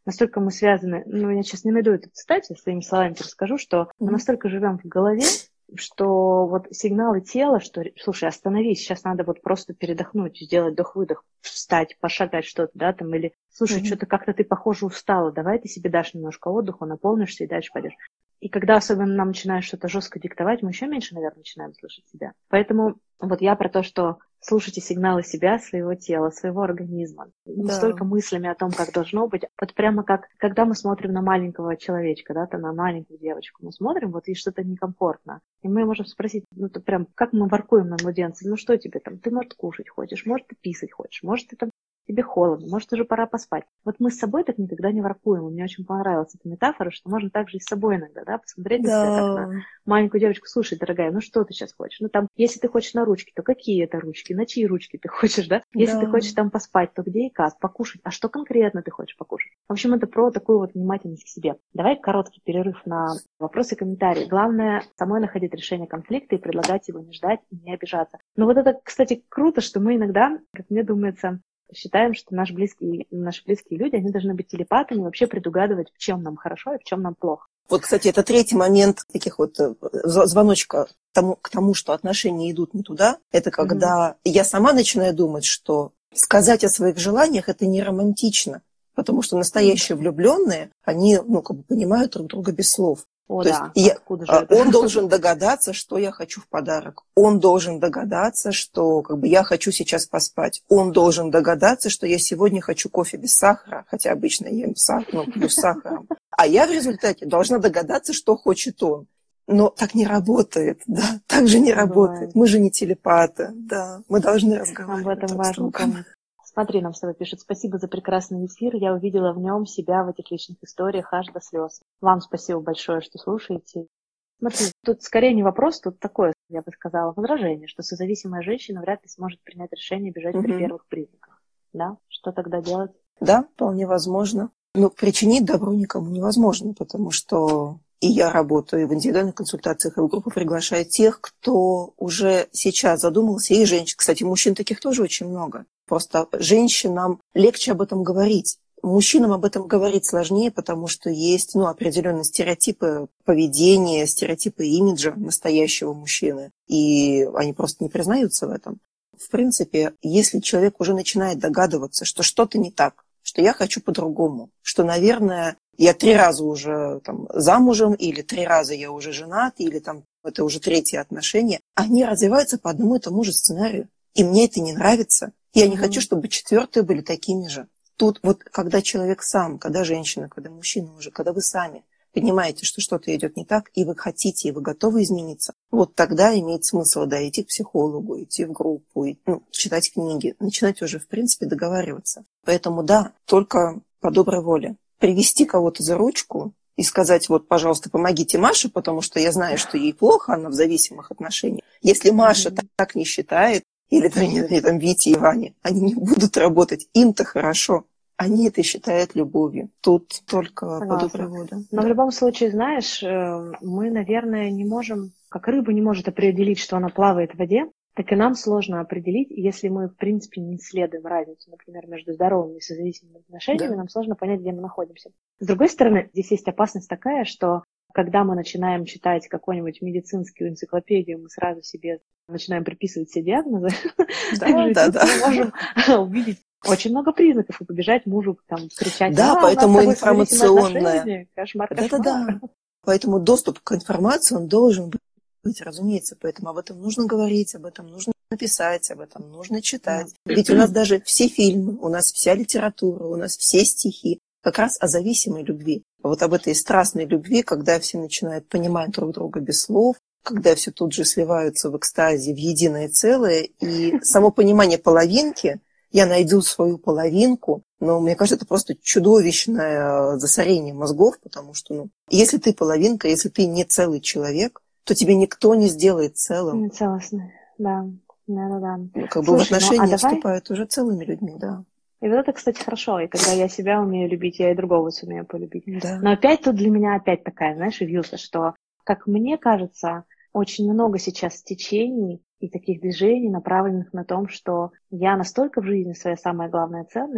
настолько мы связаны, ну, я сейчас не найду эту цитату, своими словами расскажу, что мы настолько живем в голове, что вот сигналы тела, что, слушай, остановись, сейчас надо вот просто передохнуть, сделать вдох-выдох, встать, пошагать что-то, да, там, или, слушай, mm-hmm. что-то как-то ты, похоже, устала, давай ты себе дашь немножко отдыха, наполнишься и дальше пойдешь. И когда особенно нам начинают что-то жестко диктовать, мы еще меньше, наверное, начинаем слушать себя. Поэтому вот я про то, что слушайте сигналы себя, своего тела, своего организма. Не да. столько мыслями о том, как должно быть. Вот прямо как, когда мы смотрим на маленького человечка, да, то на маленькую девочку, мы смотрим, вот ей что-то некомфортно. И мы можем спросить, ну, то прям, как мы воркуем на младенца, ну, что тебе там, ты, может, кушать хочешь, может, ты писать хочешь, может, ты там тебе холодно, может, уже пора поспать. Вот мы с собой так никогда не воркуем. Мне очень понравилась эта метафора, что можно также и с собой иногда, да, посмотреть на да. себя как на маленькую девочку. Слушай, дорогая, ну что ты сейчас хочешь? Ну там, если ты хочешь на ручки, то какие это ручки? На чьи ручки ты хочешь, да? Если да. ты хочешь там поспать, то где и как? Покушать. А что конкретно ты хочешь покушать? В общем, это про такую вот внимательность к себе. Давай короткий перерыв на вопросы и комментарии. Главное, самой находить решение конфликта и предлагать его, не ждать и не обижаться. Но вот это, кстати, круто, что мы иногда, как мне думается, считаем, что наши близкие, наши близкие люди, они должны быть телепатами, вообще предугадывать, в чем нам хорошо и в чем нам плохо. Вот, кстати, это третий момент таких вот звоночка к тому, к тому, что отношения идут не туда. Это когда mm-hmm. я сама начинаю думать, что сказать о своих желаниях – это не романтично, потому что настоящие mm-hmm. влюбленные, они, ну, как бы понимают друг друга без слов. О, То да. есть я, же он должен догадаться, что я хочу в подарок. Он должен догадаться, что как бы, я хочу сейчас поспать. Он должен догадаться, что я сегодня хочу кофе без сахара, хотя обычно я ем сахар, ну, пью с сахаром. А я в результате должна догадаться, что хочет он. Но так не работает, да, так же не не работает. Бывает. Мы же не телепаты, да, мы должны разговаривать. Об этом важно помнить. Смотри, нам с тобой пишут: спасибо за прекрасный эфир, я увидела в нем себя в этих личных историях аж до слез. Вам спасибо большое, что слушаете. Смотри, тут скорее не вопрос, тут такое, я бы сказала, возражение, что созависимая женщина вряд ли сможет принять решение бежать угу. при первых признаках. Да? Что тогда делать? Да, вполне возможно. Но причинить добро никому невозможно, потому что и я работаю и в индивидуальных консультациях, и в группу приглашаю тех, кто уже сейчас задумался, и женщин. Кстати, мужчин таких тоже очень много. Просто женщинам легче об этом говорить. Мужчинам об этом говорить сложнее, потому что есть ну, определенные стереотипы поведения, стереотипы имиджа настоящего мужчины. И они просто не признаются в этом. В принципе, если человек уже начинает догадываться, что что-то не так, что я хочу по-другому, что, наверное, я три раза уже там, замужем, или три раза я уже женат, или там, это уже третье отношение, они развиваются по одному и тому же сценарию. И мне это не нравится. Я не mm-hmm. хочу, чтобы четвертые были такими же. Тут вот когда человек сам, когда женщина, когда мужчина уже, когда вы сами понимаете, что что-то идет не так, и вы хотите, и вы готовы измениться, вот тогда имеет смысл, да, идти к психологу, идти в группу, и, ну, читать книги, начинать уже, в принципе, договариваться. Поэтому, да, только по доброй воле. Привести кого-то за ручку и сказать, вот, пожалуйста, помогите Маше, потому что я знаю, что ей плохо, она в зависимых отношениях. Если Маша mm-hmm. так, так не считает, или там, там Витя и Ваня, они не будут работать, им-то хорошо. Они это считают любовью. Тут только по доброй воле. Но да. в любом случае, знаешь, мы, наверное, не можем, как рыба не может определить, что она плавает в воде, так и нам сложно определить, если мы, в принципе, не исследуем разницу, например, между здоровыми и созависимыми отношениями, да. нам сложно понять, где мы находимся. С другой стороны, здесь есть опасность такая, что когда мы начинаем читать какую-нибудь медицинскую энциклопедию, мы сразу себе начинаем приписывать все диагнозы. Да, да, да. Мы можем увидеть очень много признаков и побежать мужу там кричать. Да, а, поэтому информационная. Кошмар, да, да, да. Поэтому доступ к информации он должен быть, разумеется. Поэтому об этом нужно говорить, об этом нужно написать, об этом нужно читать. Да. Ведь у нас даже все фильмы, у нас вся литература, у нас все стихи как раз о зависимой любви. Вот об этой страстной любви, когда все начинают понимать друг друга без слов, когда все тут же сливаются в экстазе в единое целое, и само понимание половинки, я найду свою половинку, но мне кажется, это просто чудовищное засорение мозгов, потому что, ну, если ты половинка, если ты не целый человек, то тебе никто не сделает целым. Не целостный, да. Да-да-да. Ну, как бы Слушай, в отношения ну, а давай... вступают уже целыми людьми, да. И вот это, кстати, хорошо. И когда я себя умею любить, я и другого сумею полюбить. Да. Но опять тут для меня опять такая, знаешь, вьюса, что, как мне кажется, очень много сейчас течений и таких движений, направленных на том, что я настолько в жизни своя самая главная ценность,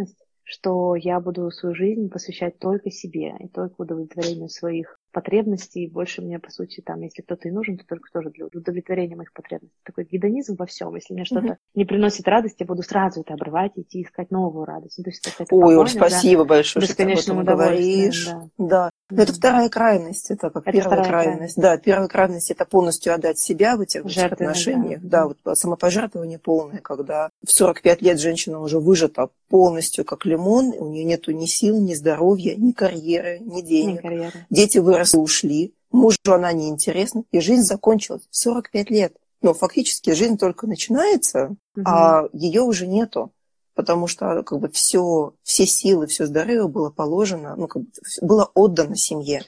что я буду свою жизнь посвящать только себе и только удовлетворению своих потребностей. И больше мне, по сути, там, если кто-то и нужен, то только тоже для удовлетворения моих потребностей. Такой гедонизм во всем. Если мне что-то mm-hmm. не приносит радость, я буду сразу это обрывать и идти искать новую радость. Ну, то есть какая-то Ой, погоня, Оль, спасибо да, большое, что ты об этом говоришь. Да. да. Но mm-hmm. это вторая крайность, это как это первая крайность. крайность. Да, первая крайность – это полностью отдать себя в этих, в этих отношениях. Да, да, вот самопожертвование полное, когда в сорок пять лет женщина уже выжата полностью как лимон, у нее нету ни сил, ни здоровья, ни карьеры, ни денег. Ни карьеры. Дети выросли, ушли, мужу она неинтересна, и жизнь закончилась в сорок пять лет. Но фактически жизнь только начинается, mm-hmm. а ее уже нету. Потому что как бы все, все силы, все здоровье было положено, ну, как бы, было отдано семье.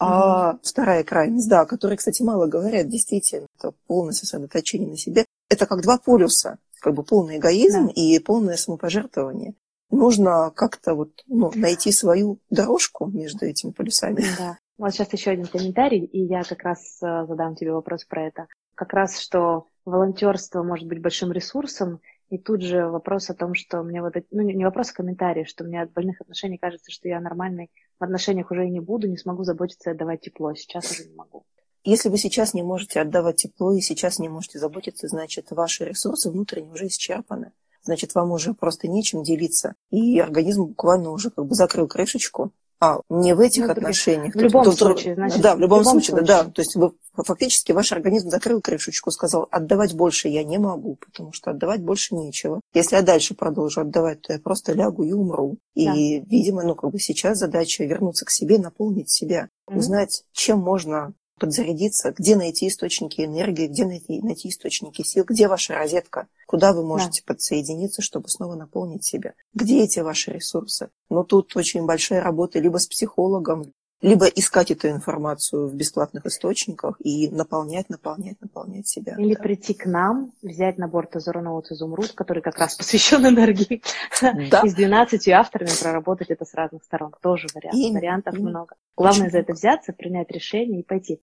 А mm-hmm. вторая крайность, да, о которой, кстати, мало говорят, действительно, это полное сосредоточение на себе. Это как два полюса, как бы полный эгоизм да. и полное самопожертвование. Нужно как-то вот, ну, найти свою дорожку между этими полюсами. Да. Вот сейчас еще один комментарий, и я как раз задам тебе вопрос про это. Как раз, что волонтерство может быть большим ресурсом, и тут же вопрос о том, что мне вот, ну не вопрос, а комментарий, что мне от больных отношений кажется, что я нормальной в отношениях уже и не буду, не смогу заботиться и отдавать тепло. Сейчас уже не могу. Если вы сейчас не можете отдавать тепло и сейчас не можете заботиться, значит, ваши ресурсы внутренние уже исчерпаны. Значит, вам уже просто нечем делиться. И организм буквально уже как бы закрыл крышечку. А не в этих ну, отношениях. В любом тут, случае, значит. Да, в любом, в любом случае, случае, да, да. То есть вы, фактически ваш организм закрыл крышечку, сказал, отдавать больше я не могу, потому что отдавать больше нечего. Если я дальше продолжу отдавать, то я просто лягу и умру. И, да. видимо, ну, как бы сейчас задача вернуться к себе, наполнить себя, mm-hmm. узнать, чем можно подзарядиться, где найти источники энергии, где найти, найти источники сил, где ваша розетка, куда вы можете да. подсоединиться, чтобы снова наполнить себя. Где эти ваши ресурсы? Но тут очень большая работа либо с психологом, либо искать эту информацию в бесплатных источниках и наполнять, наполнять, наполнять себя. Или да. прийти к нам, взять набор Тезора Ноутс Изумруд, который как раз посвящен энергии, да. и с двенадцатью авторами проработать это с разных сторон. Тоже вариант. И, Вариантов и, много. Главное очень за это взяться, принять решение и пойти.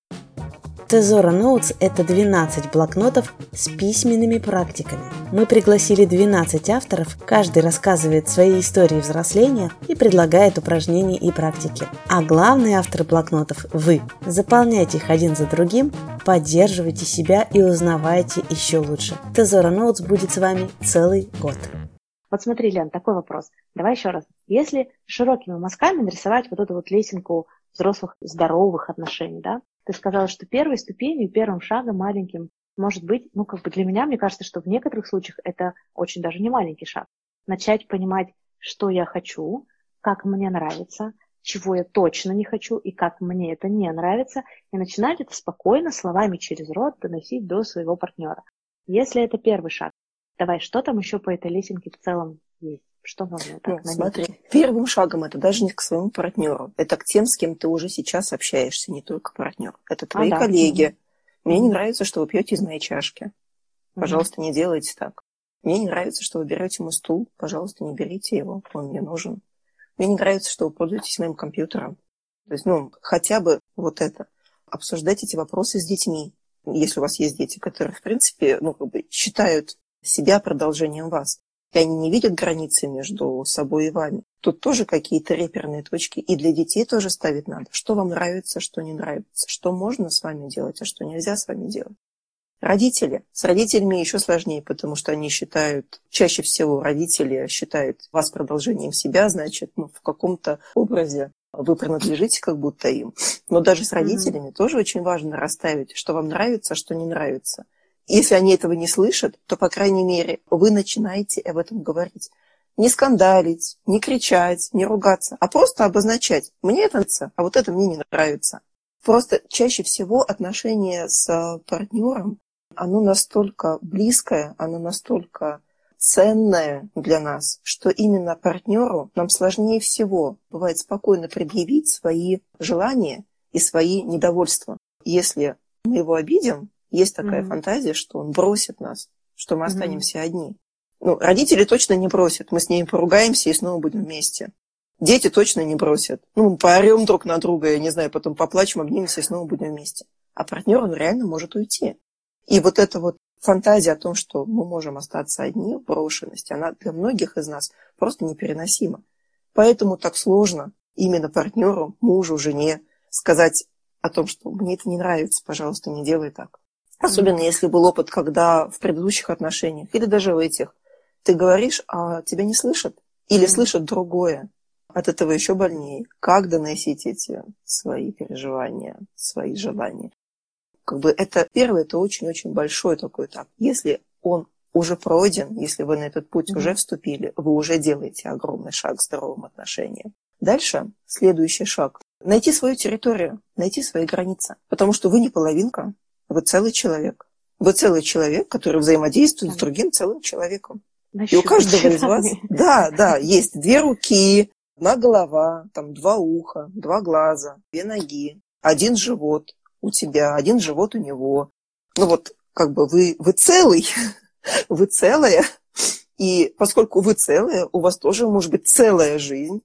Тезора Ноутс – это двенадцать блокнотов с письменными практиками. Мы пригласили двенадцать авторов, каждый рассказывает свои истории взросления и предлагает упражнения и практики. А главные авторы блокнотов – вы. Заполняйте их один за другим, поддерживайте себя и узнавайте еще лучше. Тезора Ноутс будет с вами целый год. Вот смотри, Лен, такой вопрос. Давай еще раз. Если широкими мазками нарисовать вот эту вот лесенку взрослых здоровых отношений, да? Ты сказала, что первой ступенью, первым шагом маленьким может быть, ну, как бы для меня, мне кажется, что в некоторых случаях это очень даже не маленький шаг. Начать понимать, что я хочу, как мне нравится, чего я точно не хочу и как мне это не нравится, и начинать это спокойно словами через рот доносить до своего партнера. Если это первый шаг, давай, что там еще по этой лесенке в целом есть? Что можно так ну, смотри, первым шагом это даже не к своему партнеру. Это к тем, с кем ты уже сейчас общаешься, не только партнер. Это твои а, коллеги. Да. Мне mm-hmm. не нравится, что вы пьете из моей чашки. Пожалуйста, mm-hmm. не делайте так. Мне не нравится, что вы берете мой стул. Пожалуйста, не берите его, он мне нужен. Мне не нравится, что вы пользуетесь моим компьютером. То есть, ну, хотя бы вот это. Обсуждать эти вопросы с детьми. Если у вас есть дети, которые, в принципе, ну, как бы считают себя продолжением вас. И они не видят границы между собой и вами. Тут тоже какие-то реперные точки. И для детей тоже ставить надо. Что вам нравится, что не нравится. Что можно с вами делать, а что нельзя с вами делать. Родители. С родителями еще сложнее, потому что они считают, чаще всего родители считают вас продолжением себя, значит, ну, в каком-то образе вы принадлежите как будто им. Но даже с родителями mm-hmm. тоже очень важно расставить, что вам нравится, а что не нравится. Если они этого не слышат, то, по крайней мере, вы начинаете об этом говорить. Не скандалить, не кричать, не ругаться, а просто обозначать. Мне это нравится, а вот это мне не нравится. Просто чаще всего отношение с партнером, оно настолько близкое, оно настолько ценное для нас, что именно партнеру нам сложнее всего бывает спокойно предъявить свои желания и свои недовольства. Если мы его обидим, есть такая mm-hmm. фантазия, что он бросит нас, что мы останемся mm-hmm. одни. Ну, родители точно не бросят. Мы с ними поругаемся и снова будем вместе. Дети точно не бросят. Ну, мы поорем друг на друга, я не знаю, потом поплачем, обнимемся и снова будем вместе. А партнер, он реально может уйти. И вот эта вот фантазия о том, что мы можем остаться одни, брошенность, она для многих из нас просто непереносима. Поэтому так сложно именно партнеру, мужу, жене сказать о том, что мне это не нравится, пожалуйста, не делай так. Особенно если был опыт, когда в предыдущих отношениях или даже в этих ты говоришь, а тебя не слышат или слышат другое. От этого еще больнее. Как доносить эти свои переживания, свои желания? Как бы это первое, это очень-очень большой такой этап. Если он уже пройден, если вы на этот путь mm-hmm. уже вступили, вы уже делаете огромный шаг к здоровым отношениям. Дальше следующий шаг. Найти свою территорию, найти свои границы. Потому что вы не половинка, вы целый человек. Вы целый человек, который взаимодействует mm-hmm. с другим целым человеком. И у каждого из вас, да, да, есть две руки, одна голова, там два уха, два глаза, две ноги, один живот у тебя, один живот у него. Ну вот, как бы вы, вы целый, вы целая, и поскольку вы целая, у вас тоже может быть целая жизнь,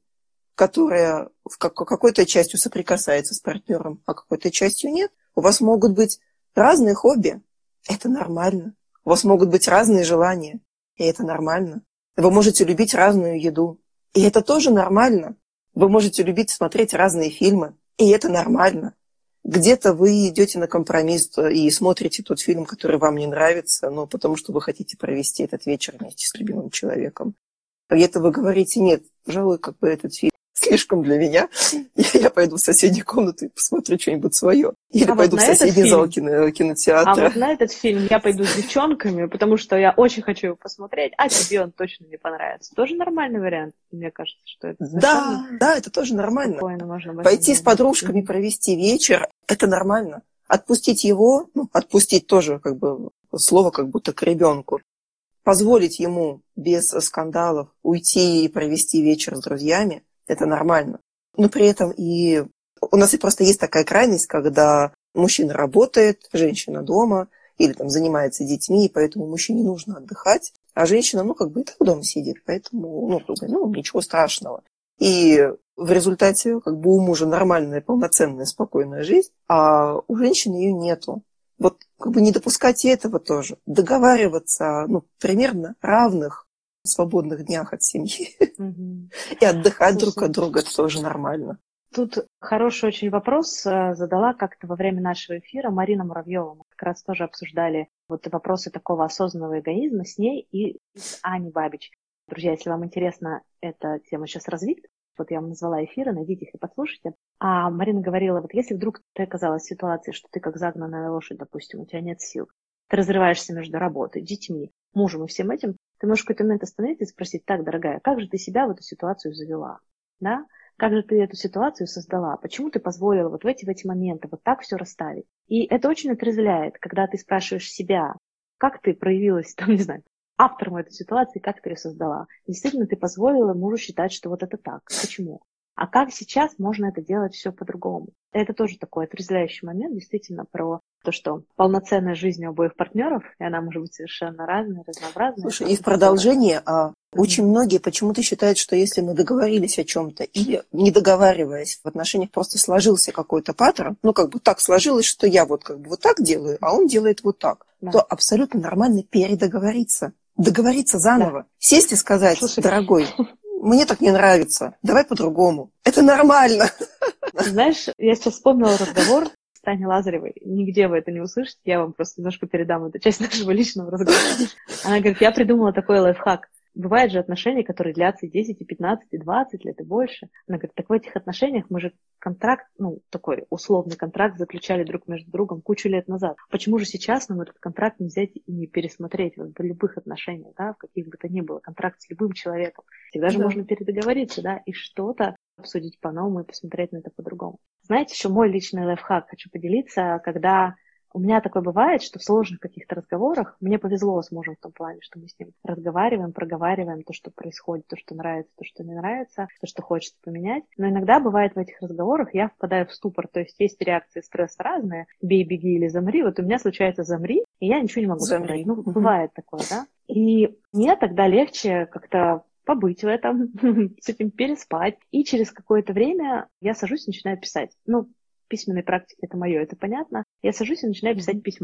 которая в какой-то частью соприкасается с партнером, а какой-то частью нет. У вас могут быть разные хобби, это нормально. У вас могут быть разные желания, и это нормально. Вы можете любить разную еду, и это тоже нормально. Вы можете любить смотреть разные фильмы, и это нормально. Где-то вы идете на компромисс и смотрите тот фильм, который вам не нравится, но потому что вы хотите провести этот вечер вместе с любимым человеком. Где-то вы говорите, нет, пожалуй, как бы этот фильм слишком для меня, я, я пойду в соседнюю комнату и посмотрю что-нибудь свое. Или а пойду вот в соседний зал кино, кинотеатра. А вот на этот фильм я пойду с девчонками, потому что я очень хочу его посмотреть, а тебе он точно не понравится. Тоже нормальный вариант, мне кажется, что это да, да, это тоже нормально. Пойти с подружками, провести вечер, это нормально. Отпустить его, ну, отпустить тоже как бы слово как будто к ребенку. Позволить ему без скандалов уйти и провести вечер с друзьями, это нормально. Но при этом и у нас и просто есть такая крайность, когда мужчина работает, женщина дома или там занимается детьми, и поэтому мужчине нужно отдыхать, а женщина, ну, как бы и так дома сидит, поэтому, ну, как бы, ну, ничего страшного. И в результате как бы у мужа нормальная, полноценная, спокойная жизнь, а у женщины ее нету. Вот как бы не допускать и этого тоже. Договариваться, ну, примерно равных свободных днях от семьи угу. и отдыхать Слушай, друг от друга, это тоже нормально. Тут хороший очень вопрос задала как-то во время нашего эфира Марина Муравьева. Мы как раз тоже обсуждали вот вопросы такого осознанного эгоизма с ней и с Аней Бабич. Друзья, если вам интересно эта тема сейчас развить, вот я вам назвала эфиры, найдите их и послушайте. А Марина говорила, вот если вдруг ты оказалась в ситуации, что ты как загнанная лошадь, допустим, у тебя нет сил, ты разрываешься между работой, детьми, мужем и всем этим, ты можешь в какой-то момент остановиться и спросить, так, дорогая, как же ты себя в эту ситуацию завела? Да? Как же ты эту ситуацию создала? Почему ты позволила вот в эти, в эти моменты вот так все расставить? И это очень отрезвляет, когда ты спрашиваешь себя, как ты проявилась, там, не знаю, автором этой ситуации, как ты ее создала. Действительно, ты позволила мужу считать, что вот это так. Почему? А как сейчас можно это делать все по-другому? Это тоже такой отрезвляющий момент, действительно, про то, что полноценная жизнь у обоих партнеров, и она может быть совершенно разная, разнообразная. Слушай, и в продолжение, а, очень многие почему-то считают, что если мы договорились о чем-то или не договариваясь, в отношениях просто сложился какой-то паттерн, ну как бы так сложилось, что я вот как бы вот так делаю, а он делает вот так, да. то абсолютно нормально передоговориться, договориться заново, да. сесть и сказать, Слушай, дорогой, мне так не нравится, давай по-другому. Это нормально. Знаешь, я сейчас вспомнила разговор с Таней Лазаревой. Нигде вы это не услышите, я вам просто немножко передам эту часть нашего личного разговора. Она говорит, я придумала такой лайфхак. Бывают же отношения, которые длятся и десять, и пятнадцать, и двадцать лет, и больше. Она говорит, так в этих отношениях мы же контракт, ну, такой условный контракт заключали друг между другом кучу лет назад. Почему же сейчас нам этот контракт не взять и не пересмотреть вот, в любых отношениях, да, в каких бы то ни было, контракт с любым человеком. Всегда же да. можно передоговориться, да, и что-то обсудить по-новому и посмотреть на это по-другому. Знаете, еще мой личный лайфхак хочу поделиться, когда... У меня такое бывает, что в сложных каких-то разговорах мне повезло с мужем в том плане, что мы с ним разговариваем, проговариваем то, что происходит, то, что нравится, то, что не нравится, то, что хочется поменять. Но иногда бывает в этих разговорах я впадаю в ступор, то есть есть реакции стресса разные, бей, беги или замри. Вот у меня случается замри, и я ничего не могу замри. сказать. Ну, бывает такое, да. И мне тогда легче как-то побыть в этом, с этим переспать. И через какое-то время я сажусь и начинаю писать. Ну, письменной практике это мое, это понятно. Я сажусь и начинаю писать письмо.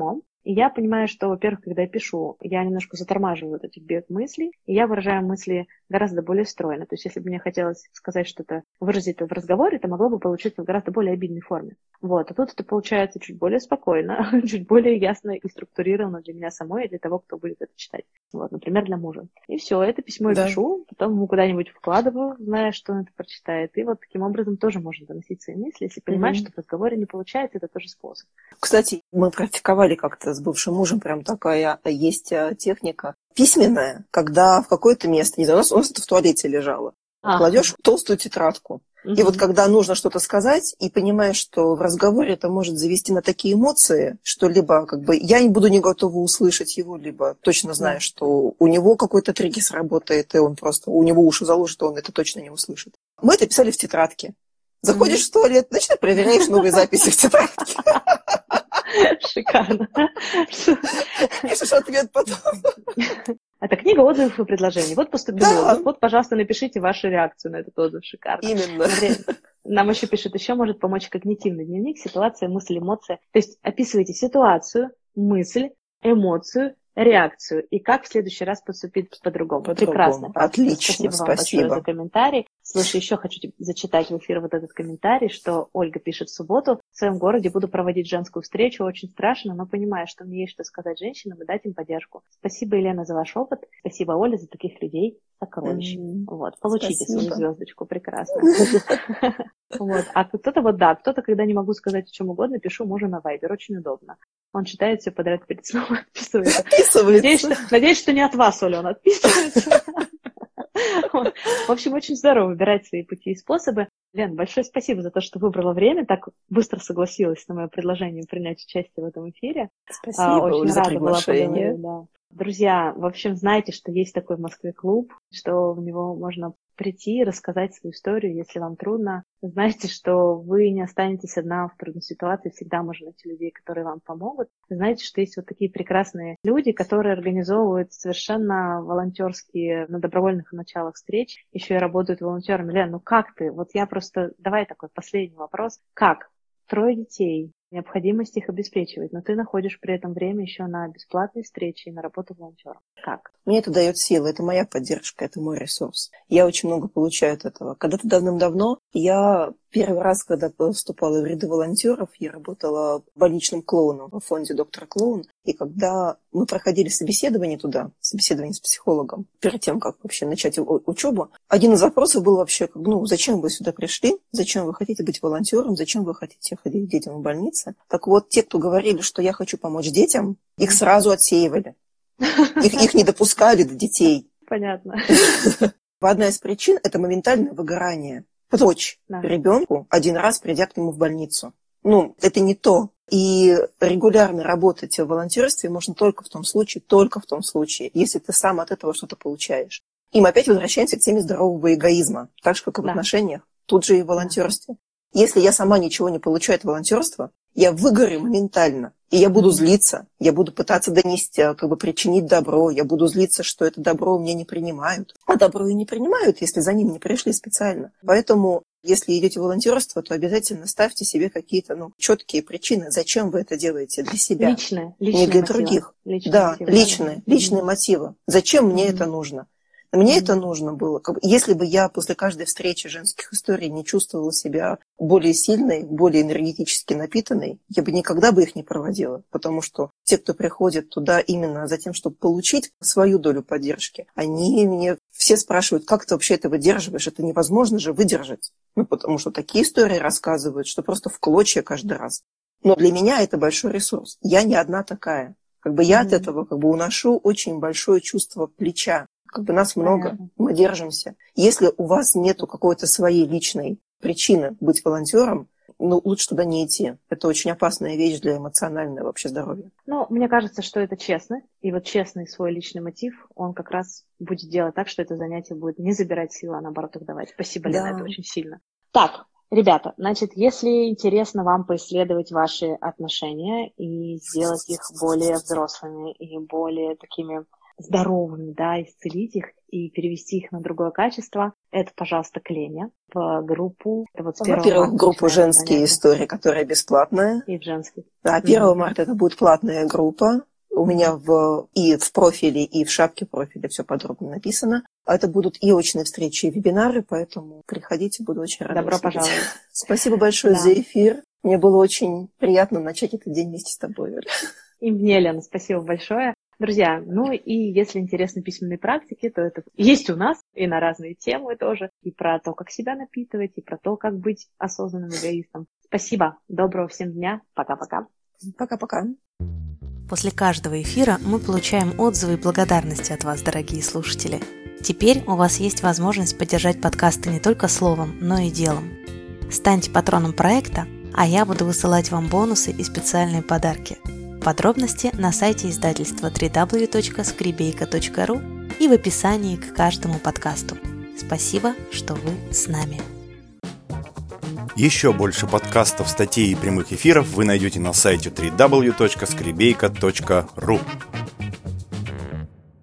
И я понимаю, что, во-первых, когда я пишу, я немножко затормаживаю вот этих бег мыслей, и я выражаю мысли гораздо более стройно. То есть если бы мне хотелось сказать что-то, выразить это в разговоре, это могло бы получиться в гораздо более обидной форме. Вот. А тут это получается чуть более спокойно, чуть более ясно и структурировано для меня самой и для того, кто будет это читать. Вот, например, для мужа. И все, это письмо я Да. пишу, потом ему куда-нибудь вкладываю, зная, что он это прочитает. И вот таким образом тоже можно доносить свои мысли. Если понимаешь, Мгм. что в разговоре не получается, это тоже способ. Кстати, мы практиковали как-то с бывшим мужем, прям такая есть а, техника письменная, когда в какое-то место, не знаю, у нас, у нас это в туалете лежало, А. кладешь толстую тетрадку. И Мгм. вот когда нужно что-то сказать, и понимаешь, что в разговоре это может завести на такие эмоции, что либо как бы я не буду не готова услышать его, либо точно знаю, Да. что у него какой-то триггер сработает, и он просто, у него уши заложит, и он это точно не услышит. Мы это писали в тетрадке. Заходишь в туалет, значит, проверяешь новые записи в тетрадке. Шикарно. Пишешь ответ потом. Это книга отзывов и предложений. Вот поступил Да. отзыв. Вот, пожалуйста, напишите вашу реакцию на этот отзыв. Шикарно. Именно. Смотри, нам еще пишут, еще может помочь когнитивный дневник, ситуация, мысль, эмоция. То есть описывайте ситуацию, мысль, эмоцию, реакцию и как в следующий раз поступить по-другому. По-другому. Прекрасно. Отлично, Спасибо вам спасибо. большое за комментарий. Слушай, еще хочу тебе зачитать в эфир вот этот комментарий, что Ольга пишет: в субботу в своем городе буду проводить женскую встречу. Очень страшно, но понимаю, что мне есть что сказать женщинам и дать им поддержку. Спасибо, Елена, за ваш опыт. Спасибо, Оля, за таких людей. Сокровищ. М. Вот, получите Спасибо. свою звездочку. Прекрасно. Вот. А кто-то вот да, кто-то, когда не могу сказать о чем угодно, пишу мужу на Вайбер. Очень удобно. Он читает все подряд перед сном, отписывается. Надеюсь, что, Отписывается. надеюсь, что не от вас, Оля, он отписывается. Вот. В общем, очень здорово выбирать свои пути и способы. Лен, большое спасибо за то, что выбрала время, так быстро согласилась на мое предложение принять участие в этом эфире. А, Спасибо, Очень Оль, за рада была приглашение. поговорить, да. Друзья, в общем, знаете, что есть такой в Москве клуб, что в него можно прийти и рассказать свою историю, если вам трудно. Знаете, что вы не останетесь одна в трудной ситуации, всегда можно найти людей, которые вам помогут. Знаете, что есть вот такие прекрасные люди, которые организовывают совершенно волонтерские, на добровольных началах встреч, еще и работают волонтерами. Лен, ну как ты? Вот я просто... Давай такой последний вопрос. Как? Трое детей, необходимость их обеспечивать, но ты находишь при этом время еще на бесплатные встречи и на работу волонтером. Как? Мне это дает силы, это моя поддержка, это мой ресурс. Я очень много получаю от этого. Когда-то давным-давно я первый раз, когда поступала в ряды волонтеров, я работала больничным клоуном в фонде «Доктор Клоун». И когда мы проходили собеседование туда, собеседование с психологом, перед тем, как вообще начать учебу, один из вопросов был вообще, ну, зачем вы сюда пришли, зачем вы хотите быть волонтером, зачем вы хотите ходить к детям в больнице. Так вот, те, кто говорили, что я хочу помочь детям, их сразу отсеивали. Их, их не допускали до детей. Понятно. Одна из причин – это моментальное выгорание. Помочь Да. ребенку один раз, придя к нему в больницу. Ну, это не то. И регулярно работать в волонтерстве можно только в том случае, только в том случае, если ты сам от этого что-то получаешь. И мы опять возвращаемся к теме здорового эгоизма. Так же, как и в Да. отношениях. Тут же и в волонтерстве. Если я сама ничего не получаю от волонтерства, я выгорю моментально. И я буду злиться, я буду пытаться донести, как бы причинить добро, я буду злиться, что это добро у меня не принимают. А добро и не принимают, если за ним не пришли специально. Поэтому, если идете в волонтерство, то обязательно ставьте себе какие-то ну, четкие причины, зачем вы это делаете для себя. Личное, личные Не для мотивы. других. Личные Да, мотивы. личные, личные Мгм. мотивы. Зачем мне Мгм. это нужно? Мне Мгм. это нужно было. Как бы, если бы я после каждой встречи женских историй не чувствовала себя более сильной, более энергетически напитанной, я бы никогда бы их не проводила. Потому что те, кто приходит туда именно за тем, чтобы получить свою долю поддержки, они мне все спрашивают, как ты вообще это выдерживаешь? Это невозможно же выдержать. Ну, потому что такие истории рассказывают, что просто в клочья каждый раз. Но для меня это большой ресурс. Я не одна такая. Как бы я Мгм. от этого как бы уношу очень большое чувство плеча. Как бы нас много, Понятно. мы держимся. Если у вас нету какой-то своей личной причины быть волонтером, ну, лучше туда не идти. Это очень опасная вещь для эмоционального вообще здоровья. Ну, мне кажется, что это честно. И вот честный свой личный мотив, он как раз будет делать так, что это занятие будет не забирать силы, а наоборот их давать. Спасибо, Лена, Да. это очень сильно. Так, ребята, значит, если интересно вам поисследовать ваши отношения и сделать их более взрослыми и более такими здоровыми, да, исцелить их и перевести их на другое качество, это, пожалуйста, к Лене в группу. Вот Во-первых, группу «Женские истории», которая бесплатная. И в женской. Да, первого марта это будет платная группа. У меня в, и в профиле, и в шапке профиля все подробно написано. Это будут и очные встречи, и вебинары, поэтому приходите, буду очень рада. Добро пожаловать. Спасибо большое да. за эфир. Мне было очень приятно начать этот день вместе с тобой, Оля. И мне, Лена, спасибо большое. Друзья, ну и если интересны письменные практики, то это есть у нас и на разные темы тоже. И про то, как себя напитывать, и про то, как быть осознанным эгоистом. Спасибо. Доброго всем дня. Пока-пока. Пока-пока. После каждого эфира мы получаем отзывы и благодарности от вас, дорогие слушатели. Теперь у вас есть возможность поддержать подкасты не только словом, но и делом. Станьте патроном проекта, а я буду высылать вам бонусы и специальные подарки. Подробности на сайте издательства дабл ю дабл ю дабл ю точка скребейка точка ру и в описании к каждому подкасту. Спасибо, что вы с нами. Еще больше подкастов, статей и прямых эфиров вы найдете на сайте дабл ю дабл ю дабл ю точка скребейка точка ру.